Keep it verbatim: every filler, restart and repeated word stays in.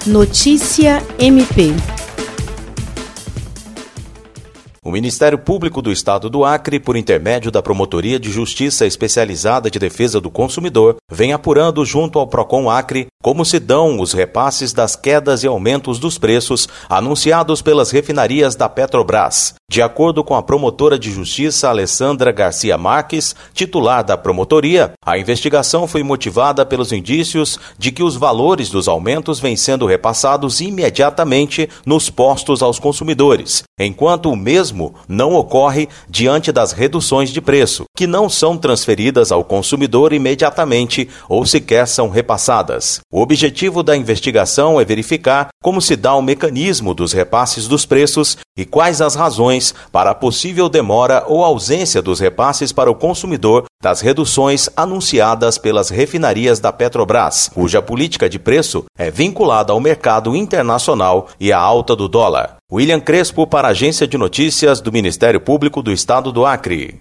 Notícia M P. O Ministério Público do Estado do Acre, por intermédio da Promotoria de Justiça Especializada de Defesa do Consumidor, vem apurando junto ao Procon Acre como se dão os repasses das quedas e aumentos dos preços anunciados pelas refinarias da Petrobras. De acordo com a promotora de justiça Alessandra Garcia Marques, titular da promotoria, a investigação foi motivada pelos indícios de que os valores dos aumentos vêm sendo repassados imediatamente nos postos aos consumidores, enquanto o mesmo não ocorre diante das reduções de preço, que não são transferidas ao consumidor imediatamente ou sequer são repassadas. O objetivo da investigação é verificar como se dá o mecanismo dos repasses dos preços e quais as razões para a possível demora ou ausência dos repasses para o consumidor das reduções anunciadas pelas refinarias da Petrobras, cuja política de preço é vinculada ao mercado internacional e à alta do dólar. William Crespo para a Agência de Notícias do Ministério Público do Estado do Acre.